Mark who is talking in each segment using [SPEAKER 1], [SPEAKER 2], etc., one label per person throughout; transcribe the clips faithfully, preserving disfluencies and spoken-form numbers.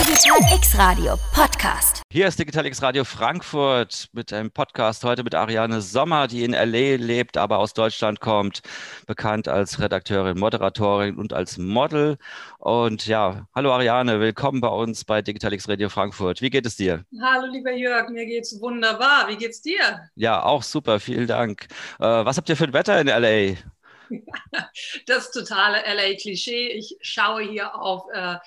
[SPEAKER 1] Digital X Radio Podcast.
[SPEAKER 2] Hier ist Digital X Radio Frankfurt mit einem Podcast heute mit Ariane Sommer, die in L A lebt, aber aus Deutschland kommt, bekannt als Redakteurin, Moderatorin und als Model. Und ja, hallo Ariane, willkommen bei uns bei Digital X Radio Frankfurt. Wie geht es dir?
[SPEAKER 3] Hallo lieber Jörg, mir geht's wunderbar. Wie geht's dir?
[SPEAKER 2] Ja, auch super, vielen Dank. Äh, was habt ihr für ein Wetter in L A?
[SPEAKER 3] Das totale L A-Klischee. Ich schaue hier auf äh,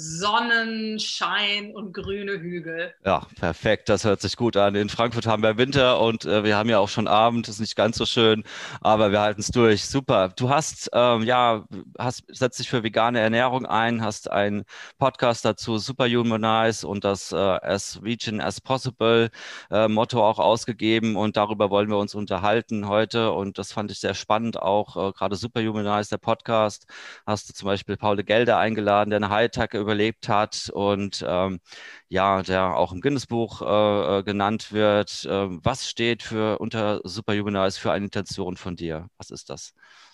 [SPEAKER 3] Sonnenschein und grüne Hügel.
[SPEAKER 2] Ja, perfekt. Das hört sich gut an. In Frankfurt haben wir Winter und äh, wir haben ja auch schon Abend. Ist nicht ganz so schön, aber wir halten es durch. Super. Du hast, ähm, ja, hast, setzt dich für vegane Ernährung ein, hast einen Podcast dazu, Superhumanize und das äh, As Vegan as Possible äh, Motto auch ausgegeben und darüber wollen wir uns unterhalten heute und das fand ich sehr spannend auch, äh, gerade Superhumanize, der Podcast. Hast du zum Beispiel Paul de Gelder eingeladen, der eine High-Attacke überlebt hat und ähm, ja, der auch im Guinness-Buch äh, genannt wird. Ähm, was steht für unter Superhumanize für eine Intention von dir? Was ist das?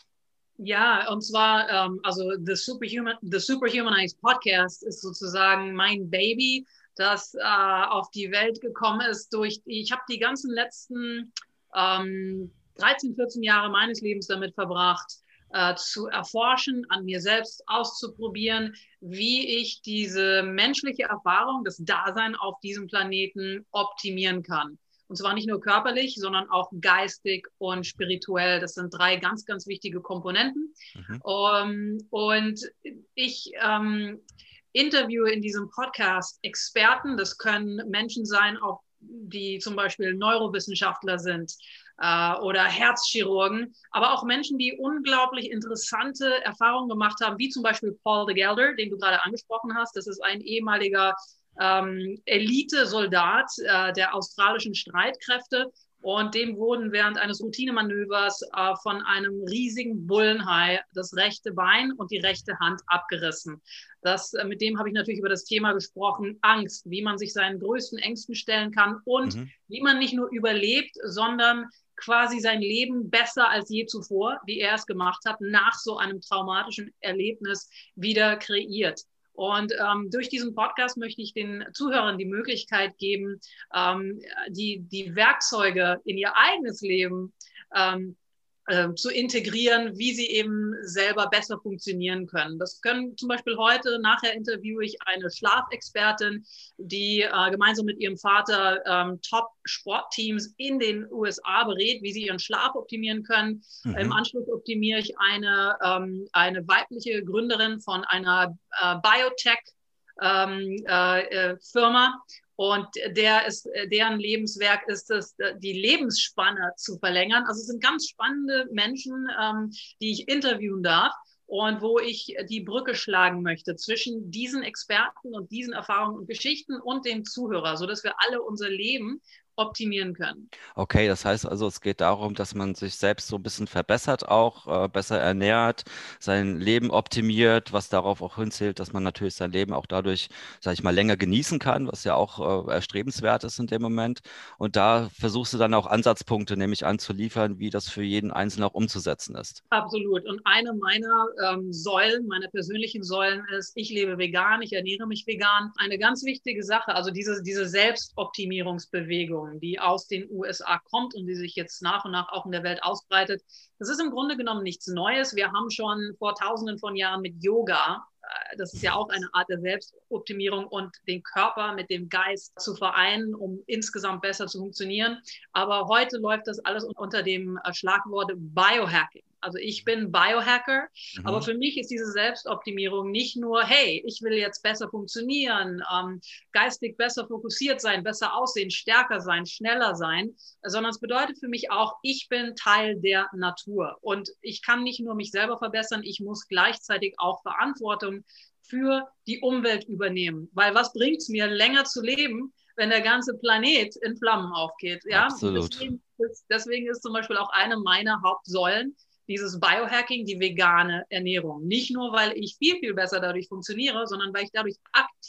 [SPEAKER 3] Ja, und zwar, ähm, also The Superhuman, The Superhumanized Podcast ist sozusagen mein Baby, das äh, auf die Welt gekommen ist durch, ich habe die ganzen letzten ähm, dreizehn, vierzehn Jahre meines Lebens damit verbracht, äh, zu erforschen, an mir selbst auszuprobieren, wie ich diese menschliche Erfahrung, das Dasein auf diesem Planeten optimieren kann. Und zwar nicht nur körperlich, sondern auch geistig und spirituell. Das sind drei ganz, ganz wichtige Komponenten. Mhm. Um, und ich ähm, interviewe in diesem Podcast Experten. Das können Menschen sein, auch die zum Beispiel Neurowissenschaftler sind äh, oder Herzchirurgen, aber auch Menschen, die unglaublich interessante Erfahrungen gemacht haben, wie zum Beispiel Paul de Gelder, den du gerade angesprochen hast. Das ist ein ehemaliger ähm, Elite-Soldat äh, der australischen Streitkräfte und dem wurden während eines Routinemanövers äh, von einem riesigen Bullenhai das rechte Bein und die rechte Hand abgerissen. Das, äh, mit dem habe ich natürlich über das Thema gesprochen, Angst, wie man sich seinen größten Ängsten stellen kann und mhm. wie man nicht nur überlebt, sondern quasi sein Leben besser als je zuvor, wie er es gemacht hat, nach so einem traumatischen Erlebnis wieder kreiert. Und ähm, durch diesen Podcast möchte ich den Zuhörern die Möglichkeit geben, ähm, die, die Werkzeuge in ihr eigenes Leben ähm, äh, zu integrieren, wie sie eben selber besser funktionieren können. Das können zum Beispiel heute, nachher interviewe ich eine Schlafexpertin, die äh, gemeinsam mit ihrem Vater ähm, Top-Sportteams in den U S A berät, wie sie ihren Schlaf optimieren können. Mhm. Im Anschluss optimiere ich eine, ähm, eine weibliche Gründerin von einer äh, Biotech-Firma, ähm, äh, und der ist, deren Lebenswerk ist es, die Lebensspanne zu verlängern. Also es sind ganz spannende Menschen, ähm, die ich interviewen darf und wo ich die Brücke schlagen möchte zwischen diesen Experten und diesen Erfahrungen und Geschichten und dem Zuhörer, sodass wir alle unser Leben optimieren können.
[SPEAKER 2] Okay, das heißt also, es geht darum, dass man sich selbst so ein bisschen verbessert auch, äh, besser ernährt, sein Leben optimiert, was darauf auch hinzählt, dass man natürlich sein Leben auch dadurch, sage ich mal, länger genießen kann, was ja auch äh, erstrebenswert ist in dem Moment. Und da versuchst du dann auch Ansatzpunkte nämlich anzuliefern, wie das für jeden Einzelnen auch umzusetzen ist.
[SPEAKER 3] Absolut. Und eine meiner ähm, Säulen, meiner persönlichen Säulen ist, ich lebe vegan, ich ernähre mich vegan. Eine ganz wichtige Sache, also diese, diese Selbstoptimierungsbewegung, die aus den U S A kommt und die sich jetzt nach und nach auch in der Welt ausbreitet. Das ist im Grunde genommen nichts Neues. Wir haben schon vor tausenden von Jahren mit Yoga, das ist ja auch eine Art der Selbstoptimierung und den Körper mit dem Geist zu vereinen, um insgesamt besser zu funktionieren. Aber heute läuft das alles unter dem Schlagwort Biohacking. Also ich bin Biohacker, mhm. aber für mich ist diese Selbstoptimierung nicht nur, hey, ich will jetzt besser funktionieren, ähm, geistig besser fokussiert sein, besser aussehen, stärker sein, schneller sein, sondern es bedeutet für mich auch, ich bin Teil der Natur und ich kann nicht nur mich selber verbessern, ich muss gleichzeitig auch Verantwortung für die Umwelt übernehmen. Weil was bringt es mir, länger zu leben, wenn der ganze Planet in Flammen aufgeht? Ja?
[SPEAKER 2] Absolut.
[SPEAKER 3] Deswegen ist, deswegen ist zum Beispiel auch eine meiner Hauptsäulen dieses Biohacking, die vegane Ernährung. Nicht nur, weil ich viel, viel besser dadurch funktioniere, sondern weil ich dadurch aktiv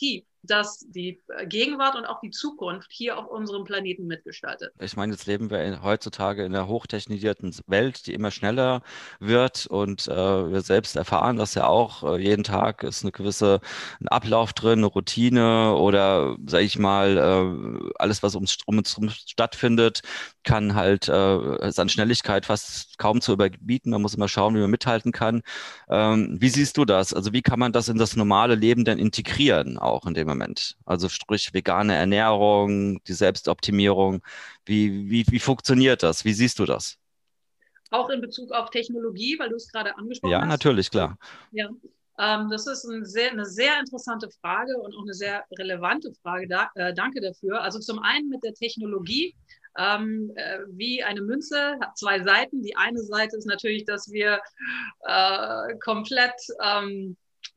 [SPEAKER 3] das die Gegenwart und auch die Zukunft hier auf unserem Planeten mitgestaltet.
[SPEAKER 2] Ich meine, jetzt leben wir in, heutzutage in einer hochtechnisierten Welt, die immer schneller wird und äh, wir selbst erfahren das ja auch. Äh, jeden Tag ist eine gewisse ein Ablauf drin, eine Routine oder, sage ich mal, äh, alles, was um, um uns herum stattfindet, kann halt äh, ist an Schnelligkeit fast kaum zu überbieten. Man muss immer schauen, wie man mithalten kann. Ähm, wie siehst du das? Also wie kann man das in das normale Leben denn integrieren, auch in dem Moment? Also sprich vegane Ernährung, die Selbstoptimierung. Wie, wie, wie funktioniert das? Wie siehst du das?
[SPEAKER 3] Auch in Bezug auf Technologie, weil du es gerade angesprochen
[SPEAKER 2] Ja,
[SPEAKER 3] hast.
[SPEAKER 2] natürlich, klar.
[SPEAKER 3] Ja, ähm, das ist ein sehr, eine sehr interessante Frage und auch eine sehr relevante Frage. Da, äh, danke dafür. Also zum einen mit der Technologie. Ähm, äh, wie eine Münze hat zwei Seiten. Die eine Seite ist natürlich, dass wir äh, komplett ähm,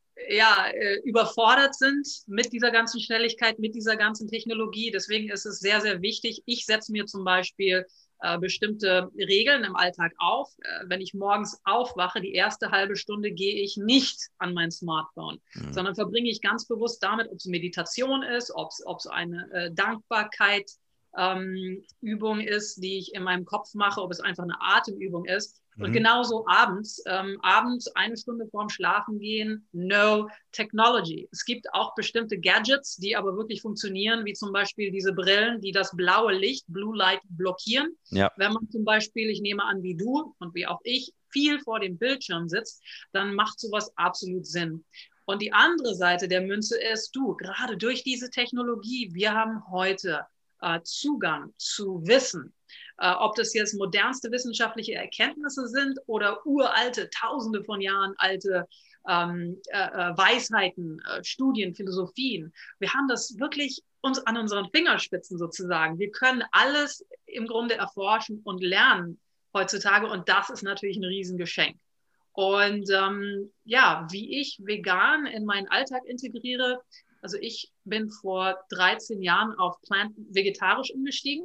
[SPEAKER 3] ja, äh, überfordert sind mit dieser ganzen Schnelligkeit, mit dieser ganzen Technologie. Deswegen ist es sehr, sehr wichtig. Ich setze mir zum Beispiel äh, bestimmte Regeln im Alltag auf. Äh, wenn ich morgens aufwache, die erste halbe Stunde gehe ich nicht an mein Smartphone, mhm. sondern verbringe ich ganz bewusst damit, ob es Meditation ist, ob es eine äh, Dankbarkeit ähm, Übung ist, die ich in meinem Kopf mache, ob es einfach eine Atemübung ist. Und mhm. genauso abends, ähm, abends eine Stunde vorm Schlafen gehen, no technology. Es gibt auch bestimmte Gadgets, die aber wirklich funktionieren, wie zum Beispiel diese Brillen, die das blaue Licht, Blue Light, blockieren. Ja. Wenn man zum Beispiel, ich nehme an, wie du und wie auch ich, viel vor dem Bildschirm sitzt, dann macht sowas absolut Sinn. Und die andere Seite der Münze ist, du, gerade durch diese Technologie, wir haben heute äh, Zugang zu Wissen. Uh, ob das jetzt modernste wissenschaftliche Erkenntnisse sind oder uralte, tausende von Jahren alte ähm, äh, Weisheiten, äh, Studien, Philosophien. Wir haben das wirklich uns an unseren Fingerspitzen sozusagen. Wir können alles im Grunde erforschen und lernen heutzutage und das ist natürlich ein Riesengeschenk. Und ähm, ja, wie ich vegan in meinen Alltag integriere, also ich bin vor dreizehn Jahren auf plant vegetarisch umgestiegen.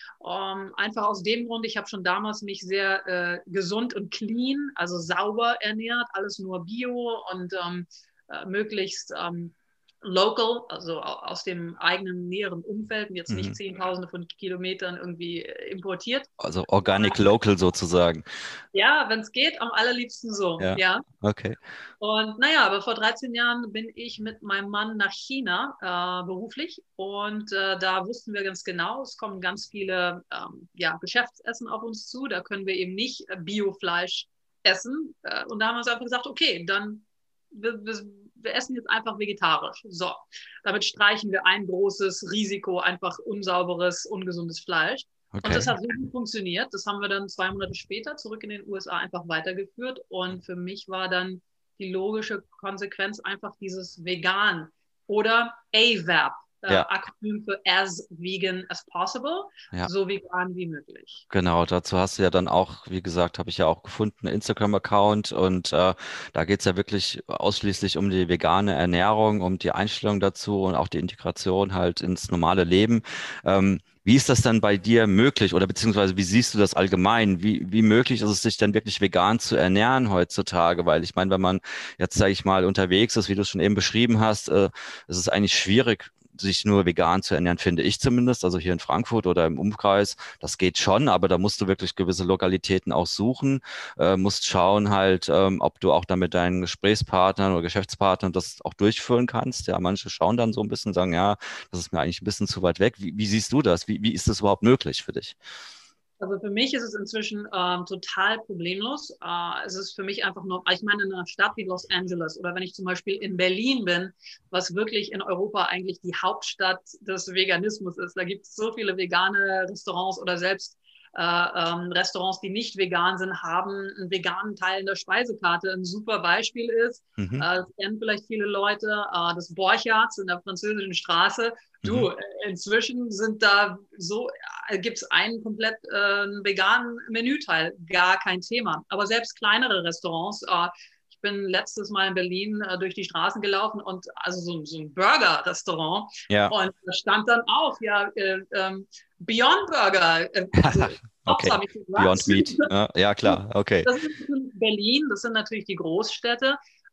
[SPEAKER 3] Um, einfach aus dem Grund, ich habe schon damals mich sehr äh, gesund und clean, also sauber ernährt, alles nur Bio und ähm, äh, möglichst ähm, local, also aus dem eigenen näheren Umfeld und jetzt mhm. nicht Zehntausende von Kilometern irgendwie importiert.
[SPEAKER 2] Also organic local sozusagen.
[SPEAKER 3] Ja, wenn es geht, am allerliebsten so, ja. ja.
[SPEAKER 2] Okay.
[SPEAKER 3] Und naja, aber vor dreizehn Jahren bin ich mit meinem Mann nach China äh, beruflich und äh, da wussten wir ganz genau, es kommen ganz viele ähm, ja, Geschäftsessen auf uns zu, da können wir eben nicht äh, Biofleisch essen äh, und da haben wir uns einfach gesagt, okay, dann wir, wir, wir essen jetzt einfach vegetarisch. So, damit streichen wir ein großes Risiko, einfach unsauberes, ungesundes Fleisch. Okay. Und das hat so gut funktioniert. Das haben wir dann zwei Monate später zurück in den U S A einfach weitergeführt. Und für mich war dann die logische Konsequenz einfach dieses Vegan oder A V A P. Ja. Äh, Akronym für as vegan as possible, ja. so vegan wie möglich.
[SPEAKER 2] Genau, dazu hast du ja dann auch, wie gesagt, habe ich ja auch gefunden, einen Instagram-Account und äh, da geht es ja wirklich ausschließlich um die vegane Ernährung, um die Einstellung dazu und auch die Integration halt ins normale Leben. Ähm, Wie ist das dann bei dir möglich oder beziehungsweise wie siehst du das allgemein? Wie, wie möglich ist es, sich dann wirklich vegan zu ernähren heutzutage? Weil ich meine, wenn man jetzt, sage ich mal, unterwegs ist, wie du es schon eben beschrieben hast, äh, ist es eigentlich schwierig, sich nur vegan zu ernähren, finde ich zumindest. Also hier in Frankfurt oder im Umkreis, das geht schon, aber da musst du wirklich gewisse Lokalitäten auch suchen, äh, musst schauen halt, ähm, ob du auch dann mit deinen Gesprächspartnern oder Geschäftspartnern das auch durchführen kannst. Ja, manche schauen dann so ein bisschen, sagen, ja, das ist mir eigentlich ein bisschen zu weit weg. Wie, wie siehst du das? Wie, wie ist das überhaupt möglich für dich?
[SPEAKER 3] Also für mich ist es inzwischen ähm, total problemlos. Äh, es ist für mich einfach nur, ich meine, in einer Stadt wie Los Angeles oder wenn ich zum Beispiel in Berlin bin, was wirklich in Europa eigentlich die Hauptstadt des Veganismus ist. Da gibt es so viele vegane Restaurants oder selbst äh, ähm, Restaurants, die nicht vegan sind, haben einen veganen Teil in der Speisekarte. Ein super Beispiel ist, mhm. äh, das kennen vielleicht viele Leute, äh, das Borchards in der französischen Straße. Du, mhm. inzwischen sind da so, äh, gibt es einen komplett äh, einen veganen Menüteil, gar kein Thema. Aber selbst kleinere Restaurants, äh, ich bin letztes Mal in Berlin äh, durch die Straßen gelaufen und also so, so ein Burger-Restaurant
[SPEAKER 2] ja.
[SPEAKER 3] und da stand dann auch, ja, äh, ähm, Beyond Burger. Äh, also,
[SPEAKER 2] okay. Beyond Meat, ja, ja klar, okay.
[SPEAKER 3] Das ist Berlin, das sind natürlich die Großstädte.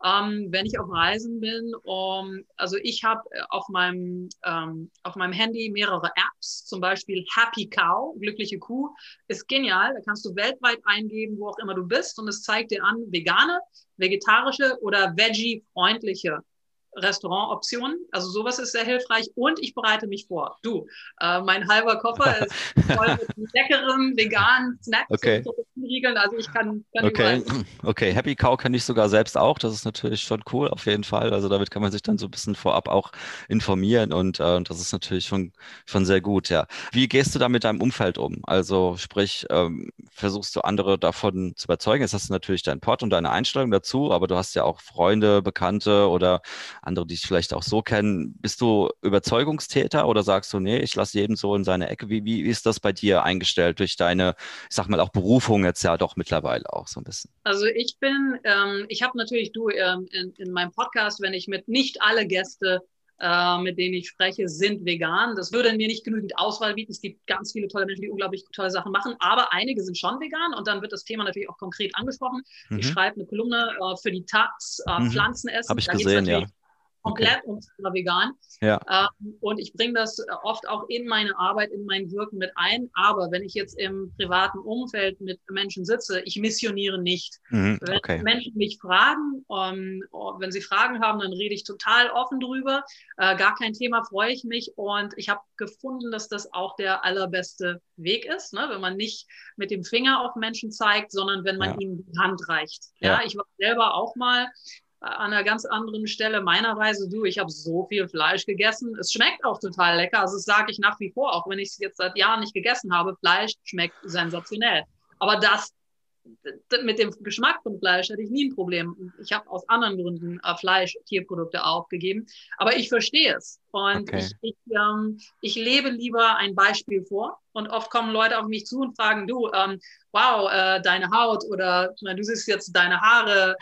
[SPEAKER 3] ähm, wenn ich auf Reisen bin. Um, also ich habe auf meinem, ähm, auf meinem Handy mehrere Apps, zum Beispiel Happy Cow, glückliche Kuh, ist genial. Da kannst du weltweit eingeben, wo auch immer du bist, und es zeigt dir an, vegane, vegetarische oder veggie-freundliche Restaurantoptionen. Also sowas ist sehr hilfreich, und ich bereite mich vor. Du, äh, mein halber Koffer ist voll mit leckeren veganen Snacks
[SPEAKER 2] Okay.
[SPEAKER 3] und Riegeln. Also ich kann, kann
[SPEAKER 2] Okay,
[SPEAKER 3] überall.
[SPEAKER 2] okay. Happy Cow kenne ich sogar selbst auch. Das ist natürlich schon cool, auf jeden Fall. Also damit kann man sich dann so ein bisschen vorab auch informieren, und äh, das ist natürlich schon, schon sehr gut, ja. Wie gehst du da mit deinem Umfeld um? Also sprich, ähm, versuchst du andere davon zu überzeugen? Jetzt hast du natürlich deinen Pod und deine Einstellung dazu, aber du hast ja auch Freunde, Bekannte oder andere, die dich vielleicht auch so kennen. Bist du Überzeugungstäter oder sagst du, nee, ich lasse jeden so in seine Ecke? Wie, wie ist das bei dir eingestellt durch deine, ich sag mal, auch Berufung jetzt ja doch mittlerweile auch so ein bisschen?
[SPEAKER 3] Also ich bin, ähm, ich habe natürlich, du, ähm, in, in meinem Podcast, wenn ich mit nicht alle Gäste, äh, mit denen ich spreche, sind vegan. Das würde mir nicht genügend Auswahl bieten. Es gibt ganz viele tolle Menschen, die unglaublich tolle Sachen machen, aber einige sind schon vegan, und dann wird das Thema natürlich auch konkret angesprochen. Ich
[SPEAKER 2] Mhm.
[SPEAKER 3] schreibe eine Kolumne äh, für die Taz, äh,
[SPEAKER 2] Mhm.
[SPEAKER 3] Pflanzen
[SPEAKER 2] Habe
[SPEAKER 3] essen.
[SPEAKER 2] ich
[SPEAKER 3] Da geht es
[SPEAKER 2] gesehen, ja.
[SPEAKER 3] natürlich
[SPEAKER 2] Okay.
[SPEAKER 3] komplett ums Thema vegan.
[SPEAKER 2] Ja.
[SPEAKER 3] Ähm, und ich bringe das äh, oft auch in meine Arbeit, in mein Wirken mit ein. Aber wenn ich jetzt im privaten Umfeld mit Menschen sitze, ich missioniere nicht.
[SPEAKER 2] Mhm.
[SPEAKER 3] Wenn
[SPEAKER 2] Okay.
[SPEAKER 3] Menschen mich fragen, ähm, wenn sie Fragen haben, dann rede ich total offen drüber. Äh, gar kein Thema, freue ich mich. Und ich habe gefunden, dass das auch der allerbeste Weg ist, ne? Wenn man nicht mit dem Finger auf Menschen zeigt, sondern wenn man
[SPEAKER 2] Ja.
[SPEAKER 3] ihnen die Hand reicht. Ja,
[SPEAKER 2] Ja.
[SPEAKER 3] ich war selber auch mal an einer ganz anderen Stelle meiner Reise. Du, ich habe so viel Fleisch gegessen. Es schmeckt auch total lecker. Also das sage ich nach wie vor, auch wenn ich es jetzt seit Jahren nicht gegessen habe. Fleisch schmeckt sensationell. Aber das mit dem Geschmack von Fleisch hatte ich nie ein Problem. Ich habe aus anderen Gründen äh, Fleisch, Tierprodukte aufgegeben. Aber ich verstehe es. Und
[SPEAKER 2] Okay.
[SPEAKER 3] ich, ich, ähm, ich lebe lieber ein Beispiel vor. Und oft kommen Leute auf mich zu und fragen, du, ähm, wow, äh, deine Haut, oder na, du siehst jetzt deine Haare.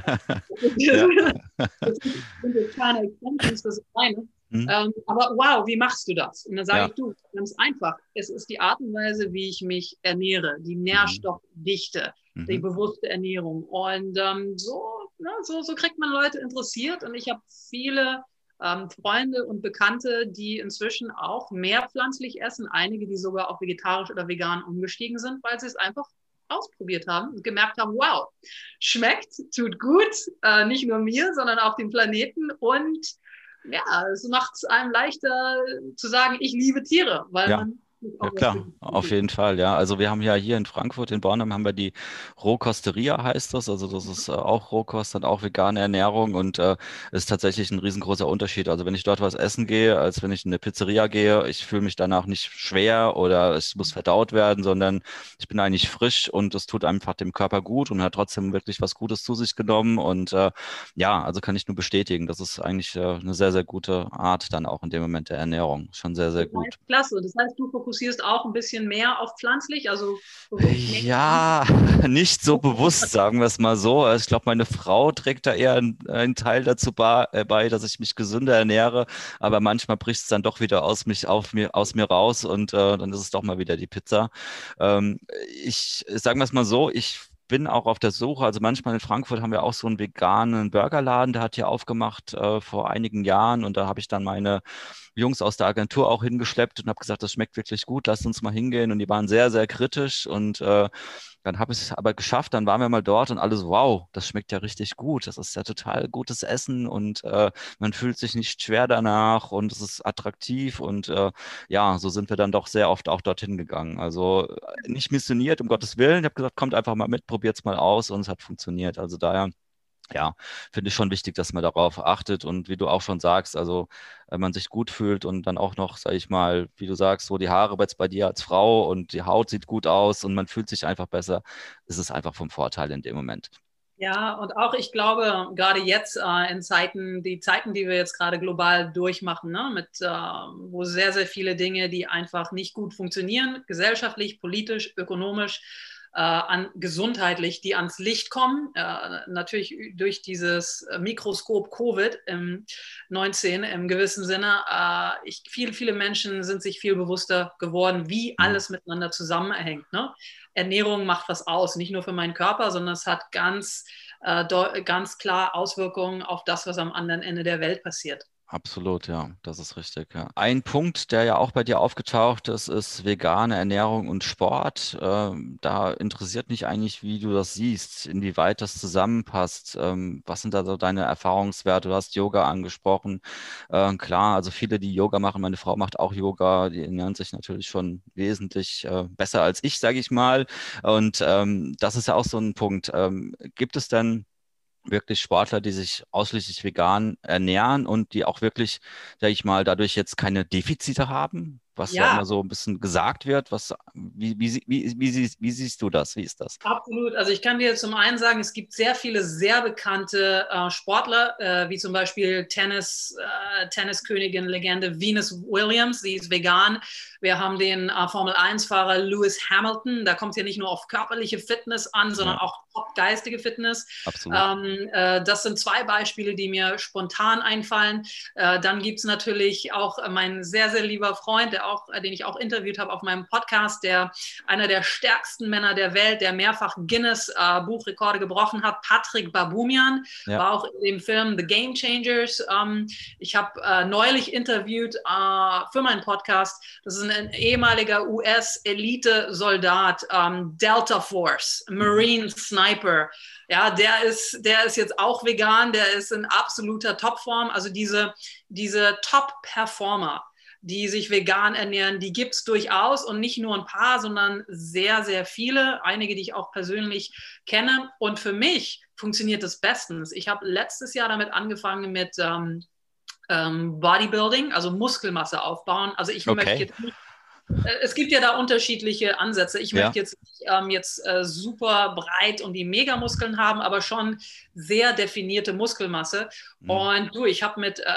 [SPEAKER 2] Ja.
[SPEAKER 3] Das sind jetzt keine Extensions, das ist eine.
[SPEAKER 2] Mhm.
[SPEAKER 3] Ähm, aber wow, wie machst du das? Und dann sage
[SPEAKER 2] Ja.
[SPEAKER 3] ich, du, ganz einfach. Es ist die Art und Weise, wie ich mich ernähre, die Nährstoffdichte,
[SPEAKER 2] Mhm.
[SPEAKER 3] die bewusste Ernährung. Und ähm, so, ne, so, so kriegt man Leute interessiert. Und ich habe viele ähm, Freunde und Bekannte, die inzwischen auch mehr pflanzlich essen. Einige, die sogar auch vegetarisch oder vegan umgestiegen sind, weil sie es einfach ausprobiert haben und gemerkt haben, wow, schmeckt, tut gut, äh, nicht nur mir, sondern auch dem Planeten, und ja, es macht es einem leichter zu sagen, ich liebe Tiere, weil
[SPEAKER 2] Ja.
[SPEAKER 3] man auch
[SPEAKER 2] Ja
[SPEAKER 3] was
[SPEAKER 2] klar,
[SPEAKER 3] für die
[SPEAKER 2] auf
[SPEAKER 3] tut.
[SPEAKER 2] jeden Fall, ja. Also wir haben ja hier in Frankfurt, in Bornheim, haben wir die Rohkosteria, heißt das. Also das ist äh, auch Rohkost und auch vegane Ernährung, und äh, ist tatsächlich ein riesengroßer Unterschied. Also wenn ich dort was essen gehe, als wenn ich in eine Pizzeria gehe, ich fühle mich danach nicht schwer oder es muss verdaut werden, sondern ich bin eigentlich frisch, und es tut einfach dem Körper gut und hat trotzdem wirklich was Gutes zu sich genommen. Und äh, ja, also kann ich nur bestätigen, das ist eigentlich äh, eine sehr, sehr gute Art dann auch in dem Moment der Ernährung. Schon sehr, sehr
[SPEAKER 3] Das
[SPEAKER 2] gut.
[SPEAKER 3] heißt, klasse. Das heißt, du fokussierst auch ein bisschen mehr auf pflanzlich, also bewusst mehr.
[SPEAKER 2] Ja, nicht so bewusst, sagen wir es mal so. Also ich glaube, meine Frau trägt da eher einen, einen Teil dazu bei, äh, bei, dass ich mich gesünder ernähre. Aber manchmal bricht es dann doch wieder aus mich, auf mir, aus mir raus, und äh, dann ist es doch mal wieder die Pizza. Ähm, ich, sagen wir es mal so, ich bin auch auf der Suche. Also manchmal in Frankfurt haben wir auch so einen veganen Burgerladen, der hat hier aufgemacht äh, vor einigen Jahren, und da habe ich dann meine Jungs aus der Agentur auch hingeschleppt und habe gesagt, das schmeckt wirklich gut, lasst uns mal hingehen. Und die waren sehr, sehr kritisch, und äh, dann habe ich es aber geschafft, dann waren wir mal dort und alles, wow, das schmeckt ja richtig gut. Das ist ja total gutes Essen, und äh, man fühlt sich nicht schwer danach, und es ist attraktiv, und äh, ja, so sind wir dann doch sehr oft auch dorthin gegangen. Also äh, nicht missioniert, um Gottes Willen. Ich habe gesagt, kommt einfach mal mit, probiert es mal aus, und es hat funktioniert. Also daher, ja, finde ich schon wichtig, dass man darauf achtet, und wie du auch schon sagst, also wenn man sich gut fühlt und dann auch noch, sage ich mal, wie du sagst, so die Haare jetzt bei dir als Frau und die Haut sieht gut aus und man fühlt sich einfach besser, ist es einfach vom Vorteil in dem Moment.
[SPEAKER 3] Ja, und auch ich glaube, gerade jetzt äh, in Zeiten, die Zeiten, die wir jetzt gerade global durchmachen, ne, mit, äh, wo sehr, sehr viele Dinge, die einfach nicht gut funktionieren, gesellschaftlich, politisch, ökonomisch, äh, an, gesundheitlich, die ans Licht kommen, äh, natürlich durch dieses Mikroskop Covid neunzehn im gewissen Sinne. Äh, ich, viele, viele Menschen sind sich viel bewusster geworden, wie alles miteinander zusammenhängt. Ne? Ernährung macht was aus, nicht nur für meinen Körper, sondern es hat ganz äh, ganz klar Auswirkungen auf das, was am anderen Ende der Welt passiert.
[SPEAKER 2] Absolut, ja, das ist richtig. Ja. Ein Punkt, der ja auch bei dir aufgetaucht ist, ist vegane Ernährung und Sport. Ähm, da interessiert mich eigentlich, wie du das siehst, inwieweit das zusammenpasst. Ähm, was sind da so deine Erfahrungswerte? Du hast Yoga angesprochen. Äh, klar, also viele, die Yoga machen, meine Frau macht auch Yoga, die ernähren sich natürlich schon wesentlich äh, besser als ich, sage ich mal. Und ähm, das ist ja auch so ein Punkt. Ähm, gibt es denn wirklich Sportler, die sich ausschließlich vegan ernähren und die auch wirklich, sage ich mal, dadurch jetzt keine Defizite haben, was ja
[SPEAKER 3] Ja,
[SPEAKER 2] immer so ein bisschen gesagt wird. Was, wie, wie, sie- wie, wie, siehst- wie siehst du das? Wie ist das?
[SPEAKER 3] absolut. Also ich kann dir zum einen sagen, es gibt sehr viele sehr bekannte äh, Sportler, äh, wie zum Beispiel Tennis, äh, Tenniskönigin, Legende Venus Williams, sie ist vegan. Wir haben den äh, Formel eins Fahrer Lewis Hamilton, da kommt es ja nicht nur auf körperliche Fitness an, sondern
[SPEAKER 2] Ja,
[SPEAKER 3] auch top geistige Fitness.
[SPEAKER 2] absolut.
[SPEAKER 3] Ähm, äh, das sind zwei Beispiele, die mir spontan einfallen. Äh, dann gibt es natürlich auch äh, mein sehr, sehr lieber Freund, der auch, äh, den ich auch interviewt habe auf meinem Podcast, der einer der stärksten Männer der Welt, der mehrfach Guinness-Buchrekorde äh, gebrochen hat, Patrick Baboumian,
[SPEAKER 2] Ja.
[SPEAKER 3] war auch in dem Film The Game Changers. Ähm, ich habe äh, neulich interviewt äh, für meinen Podcast. Das ist ein ehemaliger U S-Elite-Soldat, ähm, Delta Force, Marine Sniper. Ja, der ist, der ist jetzt auch vegan, der ist in absoluter Topform. Also diese, diese Top-Performer, die sich vegan ernähren, die gibt es durchaus und nicht nur ein paar, sondern sehr, sehr viele. Einige, die ich auch persönlich kenne. Und für mich funktioniert das bestens. Ich habe letztes Jahr damit angefangen mit ähm, ähm, Bodybuilding, also Muskelmasse aufbauen. Also ich möchte
[SPEAKER 2] Okay.
[SPEAKER 3] jetzt nicht es gibt ja da unterschiedliche Ansätze. Ich
[SPEAKER 2] Ja.
[SPEAKER 3] möchte jetzt nicht ähm, jetzt äh, super breit und die Megamuskeln haben, aber schon sehr definierte Muskelmasse.
[SPEAKER 2] Mhm.
[SPEAKER 3] Und du, ich habe mit äh,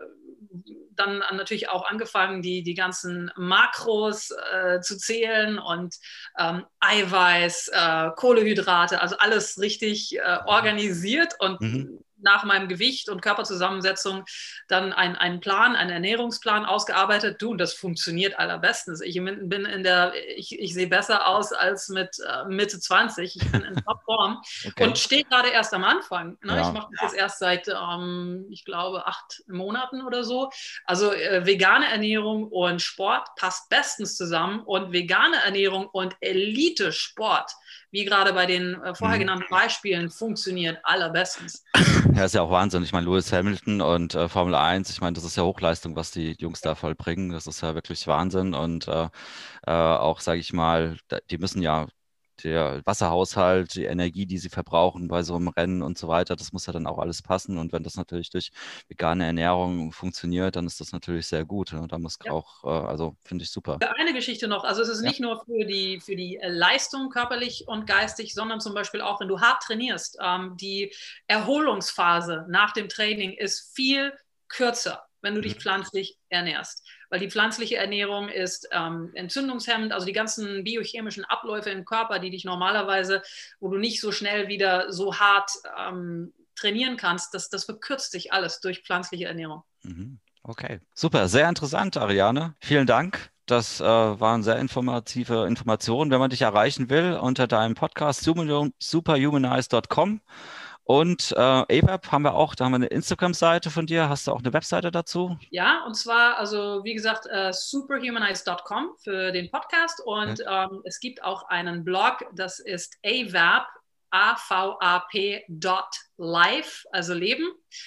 [SPEAKER 3] dann natürlich auch angefangen, die, die ganzen Makros äh, zu zählen und ähm, Eiweiß, äh, Kohlenhydrate, also alles richtig äh, organisiert und
[SPEAKER 2] Mhm.
[SPEAKER 3] nach meinem Gewicht und Körperzusammensetzung dann einen, einen Plan, einen Ernährungsplan ausgearbeitet. Du, und das funktioniert allerbestens. Ich bin in der, ich, ich sehe besser aus als mit äh, Mitte zwanzig. Ich bin in Topform
[SPEAKER 2] Okay.
[SPEAKER 3] und stehe gerade erst am Anfang. Ne?
[SPEAKER 2] Ja.
[SPEAKER 3] Ich mache das jetzt erst seit, ähm, ich glaube, acht Monaten oder so. Also äh, vegane Ernährung und Sport passt bestens zusammen und vegane Ernährung und Elite-Sport, wie gerade bei den äh, vorher
[SPEAKER 2] Mhm.
[SPEAKER 3] genannten Beispielen, funktioniert allerbestens.
[SPEAKER 2] Ja, ist ja auch Wahnsinn. Ich meine, Lewis Hamilton und äh, Formel eins, ich meine, das ist ja Hochleistung, was die Jungs da vollbringen. Das ist ja wirklich Wahnsinn. Und äh, äh, auch, sage ich mal, da, die müssen ja der Wasserhaushalt, die Energie, die sie verbrauchen bei so einem Rennen und so weiter, das muss ja dann auch alles passen. Und wenn das natürlich durch vegane Ernährung funktioniert, dann ist das natürlich sehr gut. Ne? Da muss
[SPEAKER 3] Ja.
[SPEAKER 2] auch, äh, also finde ich super.
[SPEAKER 3] Eine Geschichte noch, also es ist
[SPEAKER 2] Ja.
[SPEAKER 3] nicht nur für die, für die Leistung körperlich und geistig, sondern zum Beispiel auch, wenn du hart trainierst. Ähm, die Erholungsphase nach dem Training ist viel kürzer, wenn du dich
[SPEAKER 2] Mhm.
[SPEAKER 3] pflanzlich ernährst. Weil die pflanzliche Ernährung ist ähm, entzündungshemmend, also die ganzen biochemischen Abläufe im Körper, die dich normalerweise, wo du nicht so schnell wieder so hart ähm, trainieren kannst, das, das verkürzt sich alles durch pflanzliche Ernährung.
[SPEAKER 2] Mhm. Okay, super, sehr interessant, Ariane. Vielen Dank. Das äh, waren sehr informative Informationen. Wenn man dich erreichen will, unter deinem Podcast superhumanize Punkt com und äh, A W A P haben wir auch, da haben wir eine Instagram-Seite von dir. Hast du auch eine Webseite dazu?
[SPEAKER 3] Ja, und zwar, also wie gesagt, äh, superhumanize Punkt com für den Podcast und
[SPEAKER 2] Ja.
[SPEAKER 3] ähm, es gibt auch einen Blog, das ist A V A P, A V A P Dot live, also Leben.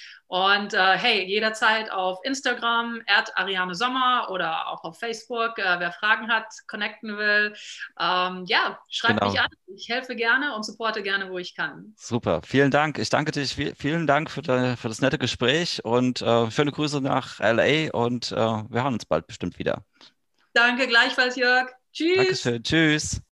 [SPEAKER 3] Und äh, hey, jederzeit auf Instagram, at Ariane Sommer oder auch auf Facebook, äh, wer Fragen hat, connecten will, ähm, ja, schreibt
[SPEAKER 2] Genau.
[SPEAKER 3] mich an. Ich helfe gerne und supporte gerne, wo ich kann.
[SPEAKER 2] Super, vielen Dank. Ich danke dich, vi- vielen Dank für, de, für das nette Gespräch und äh, schöne Grüße nach L A und äh, wir hören uns bald bestimmt wieder.
[SPEAKER 3] Danke gleichfalls, Jörg. Tschüss.
[SPEAKER 2] Dankeschön, tschüss.